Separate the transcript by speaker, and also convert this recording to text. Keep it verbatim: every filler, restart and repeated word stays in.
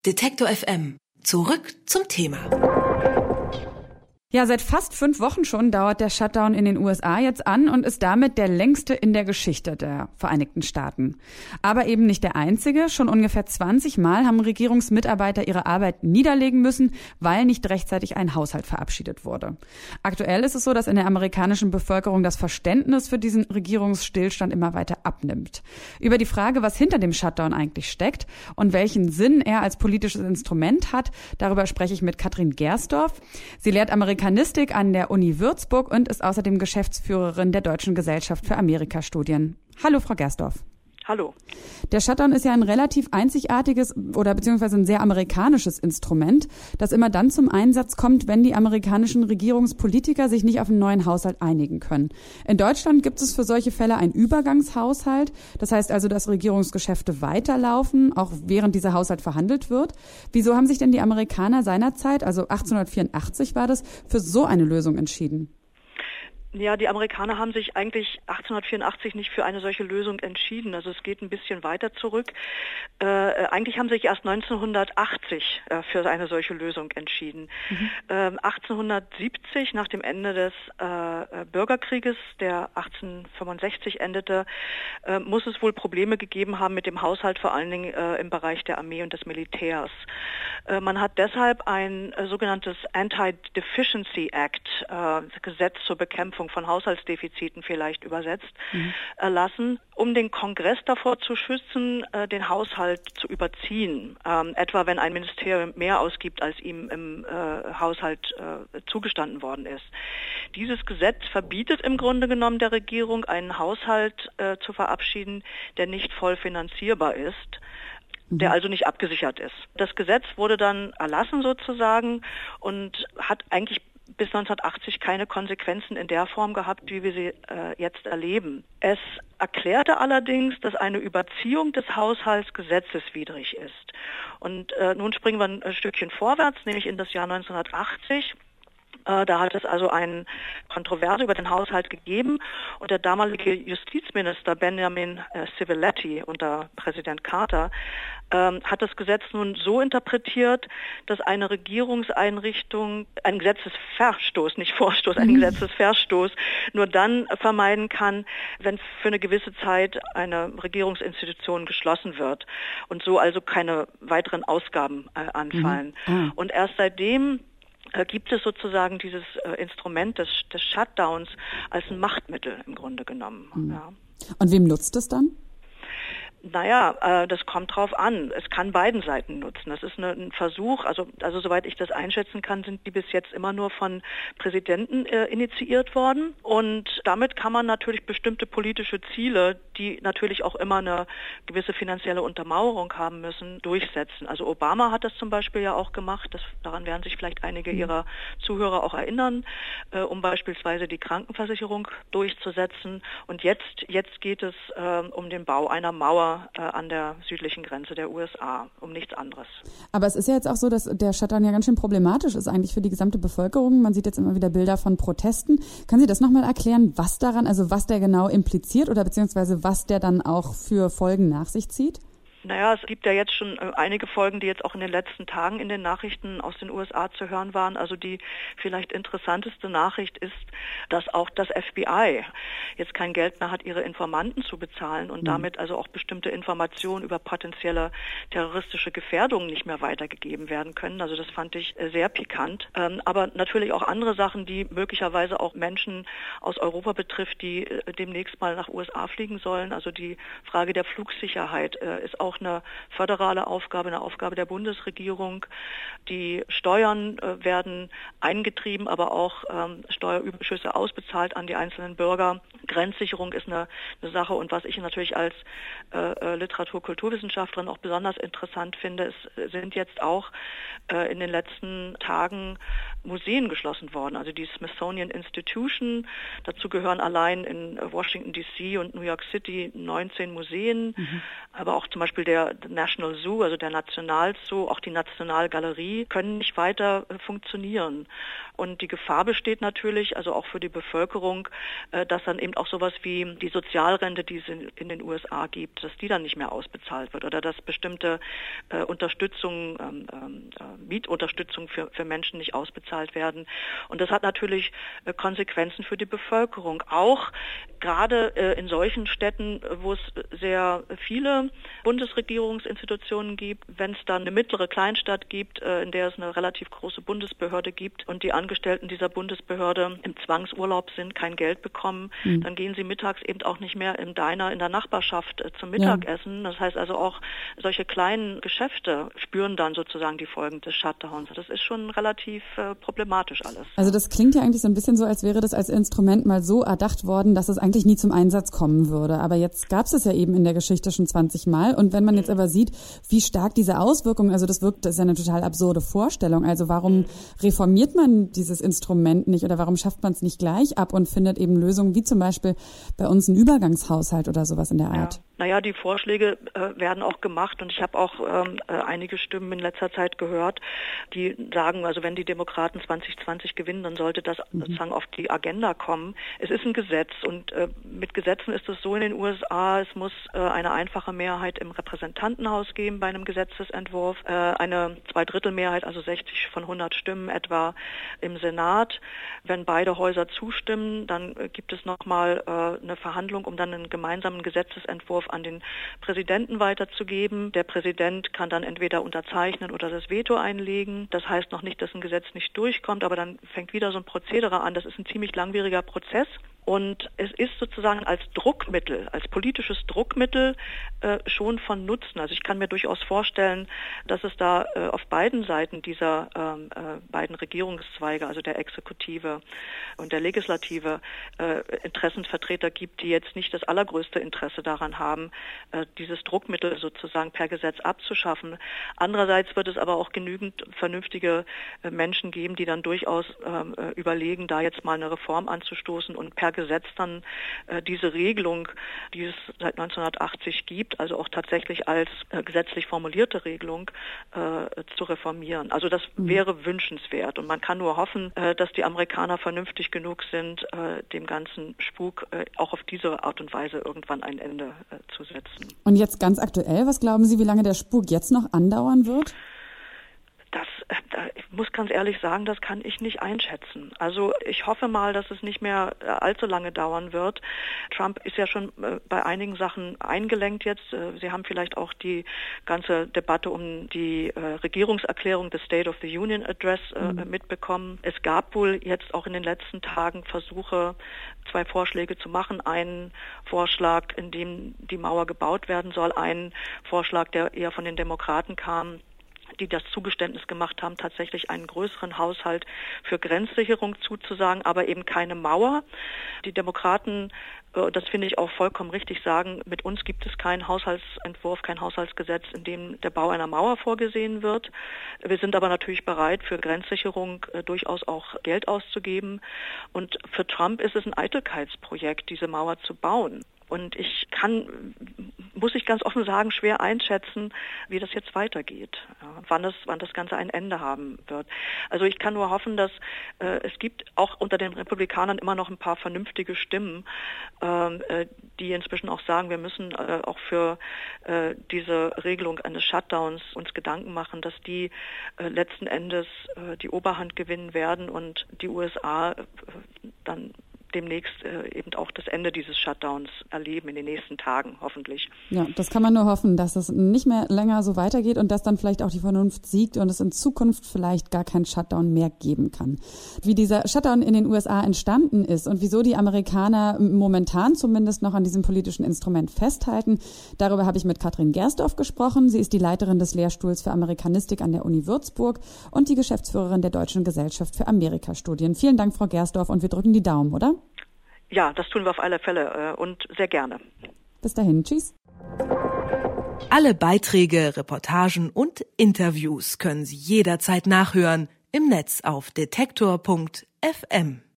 Speaker 1: Detektor F M. Zurück zum Thema.
Speaker 2: Ja, seit fast fünf Wochen schon dauert der Shutdown in den U S A jetzt an und ist damit der längste in der Geschichte der Vereinigten Staaten. Aber eben nicht der einzige. Schon ungefähr zwanzig Mal haben Regierungsmitarbeiter ihre Arbeit niederlegen müssen, weil nicht rechtzeitig ein Haushalt verabschiedet wurde. Aktuell ist es so, dass in der amerikanischen Bevölkerung das Verständnis für diesen Regierungsstillstand immer weiter abnimmt. Über die Frage, was hinter dem Shutdown eigentlich steckt und welchen Sinn er als politisches Instrument hat, darüber spreche ich mit Katrin Gersdorf. Sie lehrt Amerikanistik an der Uni Würzburg und ist außerdem Geschäftsführerin der Deutschen Gesellschaft für Amerikastudien. Hallo, Frau Gersdorf.
Speaker 3: Hallo.
Speaker 2: Der Shutdown ist ja ein relativ einzigartiges oder beziehungsweise ein sehr amerikanisches Instrument, das immer dann zum Einsatz kommt, wenn die amerikanischen Regierungspolitiker sich nicht auf einen neuen Haushalt einigen können. In Deutschland gibt es für solche Fälle einen Übergangshaushalt. Das heißt also, dass Regierungsgeschäfte weiterlaufen, auch während dieser Haushalt verhandelt wird. Wieso haben sich denn die Amerikaner seinerzeit, also achtzehnhundertvierundachtzig war das, für so eine Lösung entschieden?
Speaker 3: Ja, die Amerikaner haben sich eigentlich achtzehnhundertvierundachtzig nicht für eine solche Lösung entschieden. Also es geht ein bisschen weiter zurück. Äh, eigentlich haben sie sich erst neunzehnhundertachtzig äh, für eine solche Lösung entschieden. Mhm. Ähm, achtzehnhundertsiebzig, nach dem Ende des äh, Bürgerkrieges, der achtzehnhundertfünfundsechzig endete, äh, muss es wohl Probleme gegeben haben mit dem Haushalt, vor allen Dingen äh, im Bereich der Armee und des Militärs. Äh, man hat deshalb ein äh, sogenanntes Anti-Deficiency Act, äh, Gesetz zur Bekämpfung von Haushaltsdefiziten vielleicht übersetzt, mhm. erlassen, um den Kongress davor zu schützen, äh, den Haushalt zu überziehen. Ähm, etwa wenn ein Ministerium mehr ausgibt, als ihm im äh, Haushalt äh, zugestanden worden ist. Dieses Gesetz verbietet im Grunde genommen der Regierung, einen Haushalt äh, zu verabschieden, der nicht voll finanzierbar ist, der also nicht abgesichert ist. Das Gesetz wurde dann erlassen sozusagen und hat eigentlich bis neunzehnhundertachtzig keine Konsequenzen in der Form gehabt, wie wir sie äh, jetzt erleben. Es erklärte allerdings, dass eine Überziehung des Haushalts gesetzeswidrig ist. Und äh, nun springen wir ein Stückchen vorwärts, nämlich in das Jahr neunzehnhundertachtzig. Da hat es also eine Kontroverse über den Haushalt gegeben und der damalige Justizminister Benjamin Civiletti unter Präsident Carter ähm, hat das Gesetz nun so interpretiert, dass eine Regierungseinrichtung einen Gesetzesverstoß, nicht Vorstoß, einen mhm. Gesetzesverstoß nur dann vermeiden kann, wenn für eine gewisse Zeit eine Regierungsinstitution geschlossen wird und so also keine weiteren Ausgaben äh, anfallen. Mhm. Mhm. Und erst seitdem gibt es sozusagen dieses äh, Instrument des, des Shutdowns als ein Machtmittel im Grunde genommen. Mhm. Ja.
Speaker 2: Und wem nutzt es dann?
Speaker 3: Naja, äh, das kommt drauf an. Es kann beiden Seiten nutzen. Das ist eine, ein Versuch, also, also soweit ich das einschätzen kann, sind die bis jetzt immer nur von Präsidenten äh, initiiert worden. Und damit kann man natürlich bestimmte politische Ziele, die natürlich auch immer eine gewisse finanzielle Untermauerung haben müssen, durchsetzen. Also Obama hat das zum Beispiel ja auch gemacht. Das, daran werden sich vielleicht einige mhm. Ihrer Zuhörer auch erinnern, äh, um beispielsweise die Krankenversicherung durchzusetzen. Und jetzt, jetzt geht es äh, um den Bau einer Mauer an der südlichen Grenze der U S A, um nichts anderes.
Speaker 2: Aber es ist ja jetzt auch so, dass der Shutdown ja ganz schön problematisch ist eigentlich für die gesamte Bevölkerung. Man sieht jetzt immer wieder Bilder von Protesten. Können Sie das nochmal erklären, was daran, also was der genau impliziert oder beziehungsweise was der dann auch für Folgen nach sich zieht?
Speaker 3: Naja, es gibt ja jetzt schon einige Folgen, die jetzt auch in den letzten Tagen in den Nachrichten aus den U S A zu hören waren. Also die vielleicht interessanteste Nachricht ist, dass auch das F B I jetzt kein Geld mehr hat, ihre Informanten zu bezahlen und mhm. damit also auch bestimmte Informationen über potenzielle terroristische Gefährdungen nicht mehr weitergegeben werden können. Also das fand ich sehr pikant. Ähm, aber natürlich auch andere Sachen, die möglicherweise auch Menschen aus Europa betrifft, die äh, demnächst mal nach U S A fliegen sollen. Also die Frage der Flugsicherheit äh, ist auch eine föderale Aufgabe, eine Aufgabe der Bundesregierung. Die Steuern äh, werden eingetrieben, aber auch ähm, Steuerüberschüsse ausbezahlt an die einzelnen Bürger. Grenzsicherung ist eine, eine Sache und was ich natürlich als äh, Literatur-Kulturwissenschaftlerin auch besonders interessant finde, es sind jetzt auch äh, in den letzten Tagen Museen geschlossen worden. Also die Smithsonian Institution, dazu gehören allein in Washington D C und New York City neunzehn Museen, mhm. aber auch zum Beispiel der National Zoo, also der Nationalzoo, auch die Nationalgalerie können nicht weiter äh, funktionieren. Und die Gefahr besteht natürlich, also auch für die Bevölkerung, äh, dass dann eben auch sowas wie die Sozialrente, die es in, in den U S A gibt, dass die dann nicht mehr ausbezahlt wird oder dass bestimmte äh, Unterstützung, ähm, äh, Mietunterstützung für, für Menschen nicht ausbezahlt werden. Und das hat natürlich äh, Konsequenzen für die Bevölkerung. Auch gerade äh, in solchen Städten, wo es sehr viele Bundesregierungsinstitutionen gibt, wenn es dann eine mittlere Kleinstadt gibt, äh, in der es eine relativ große Bundesbehörde gibt und die Angestellten dieser Bundesbehörde im Zwangsurlaub sind, kein Geld bekommen, mhm. dann gehen sie mittags eben auch nicht mehr im Diner in der Nachbarschaft äh, zum Mittagessen. Ja. Das heißt also auch solche kleinen Geschäfte spüren dann sozusagen die Folgen des Shutdowns. Das ist schon relativ äh, problematisch alles.
Speaker 2: Also das klingt ja eigentlich so ein bisschen so, als wäre das als Instrument mal so erdacht worden, dass es eigentlich nie zum Einsatz kommen würde. Aber jetzt gab es es ja eben in der Geschichte schon zwanzig Mal. Und wenn man jetzt aber sieht, wie stark diese Auswirkungen, also das wirkt, das ist ja eine total absurde Vorstellung. Also warum reformiert man dieses Instrument nicht oder warum schafft man es nicht gleich ab und findet eben Lösungen wie zum Beispiel bei uns einen Übergangshaushalt oder sowas in der Art?
Speaker 3: Ja. Naja, die Vorschläge äh, werden auch gemacht und ich habe auch ähm, äh, einige Stimmen in letzter Zeit gehört, die sagen, also wenn die Demokraten zwanzig zwanzig gewinnen, dann sollte das mhm. sozusagen auf die Agenda kommen. Es ist ein Gesetz und äh, mit Gesetzen ist es so in den U S A, es muss äh, eine einfache Mehrheit im Repräsentantenhaus geben bei einem Gesetzesentwurf, äh, eine Zweidrittelmehrheit, also sechzig von hundert Stimmen etwa im Senat. Wenn beide Häuser zustimmen, dann äh, gibt es nochmal äh, eine Verhandlung, um dann einen gemeinsamen Gesetzesentwurf an den Präsidenten weiterzugeben. Der Präsident kann dann entweder unterzeichnen oder das Veto einlegen. Das heißt noch nicht, dass ein Gesetz nicht durchkommt, aber dann fängt wieder so ein Prozedere an. Das ist ein ziemlich langwieriger Prozess. Und es ist sozusagen als Druckmittel, als politisches Druckmittel äh, schon von Nutzen. Also ich kann mir durchaus vorstellen, dass es da äh, auf beiden Seiten dieser ähm, äh, beiden Regierungszweige, also der Exekutive und der Legislative, äh, Interessenvertreter gibt, die jetzt nicht das allergrößte Interesse daran haben, äh, dieses Druckmittel sozusagen per Gesetz abzuschaffen. Andererseits wird es aber auch genügend vernünftige äh, Menschen geben, die dann durchaus äh, überlegen, da jetzt mal eine Reform anzustoßen und per Gesetz dann äh, diese Regelung, die es seit neunzehnhundertachtzig gibt, also auch tatsächlich als äh, gesetzlich formulierte Regelung äh, zu reformieren. Also das mhm. wäre wünschenswert und man kann nur hoffen, äh, dass die Amerikaner vernünftig genug sind, äh, dem ganzen Spuk äh, auch auf diese Art und Weise irgendwann ein Ende äh, zu setzen.
Speaker 2: Und jetzt ganz aktuell, was glauben Sie, wie lange der Spuk jetzt noch andauern wird?
Speaker 3: Das, ich muss ganz ehrlich sagen, das kann ich nicht einschätzen. Also ich hoffe mal, dass es nicht mehr allzu lange dauern wird. Trump ist ja schon bei einigen Sachen eingelenkt jetzt. Sie haben vielleicht auch die ganze Debatte um die Regierungserklärung des State of the Union Address mhm. mitbekommen. Es gab wohl jetzt auch in den letzten Tagen Versuche, zwei Vorschläge zu machen. Einen Vorschlag, in dem die Mauer gebaut werden soll, einen Vorschlag, der eher von den Demokraten kam, die das Zugeständnis gemacht haben, tatsächlich einen größeren Haushalt für Grenzsicherung zuzusagen, aber eben keine Mauer. Die Demokraten, das finde ich auch vollkommen richtig, sagen, mit uns gibt es keinen Haushaltsentwurf, kein Haushaltsgesetz, in dem der Bau einer Mauer vorgesehen wird. Wir sind aber natürlich bereit, für Grenzsicherung äh, durchaus auch Geld auszugeben. Und für Trump ist es ein Eitelkeitsprojekt, diese Mauer zu bauen. Und ich kann, muss ich ganz offen sagen, schwer einschätzen, wie das jetzt weitergeht, ja, wann das, wann das Ganze ein Ende haben wird. Also ich kann nur hoffen, dass äh, es gibt auch unter den Republikanern immer noch ein paar vernünftige Stimmen, äh, die inzwischen auch sagen, wir müssen äh, auch für äh, diese Regelung eines Shutdowns uns Gedanken machen, dass die äh, letzten Endes äh, die Oberhand gewinnen werden und die U S A äh, dann demnächst äh, eben auch das Ende dieses Shutdowns erleben in den nächsten Tagen, hoffentlich.
Speaker 2: Ja, das kann man nur hoffen, dass es nicht mehr länger so weitergeht und dass dann vielleicht auch die Vernunft siegt und es in Zukunft vielleicht gar keinen Shutdown mehr geben kann. Wie dieser Shutdown in den U S A entstanden ist und wieso die Amerikaner momentan zumindest noch an diesem politischen Instrument festhalten, darüber habe ich mit Katrin Gersdorf gesprochen. Sie ist die Leiterin des Lehrstuhls für Amerikanistik an der Uni Würzburg und die Geschäftsführerin der Deutschen Gesellschaft für Amerikastudien. Vielen Dank, Frau Gersdorf, und wir drücken die Daumen, oder?
Speaker 3: Ja, das tun wir auf alle Fälle und sehr gerne.
Speaker 2: Bis dahin, tschüss.
Speaker 1: Alle Beiträge, Reportagen und Interviews können Sie jederzeit nachhören im Netz auf detektor punkt f m.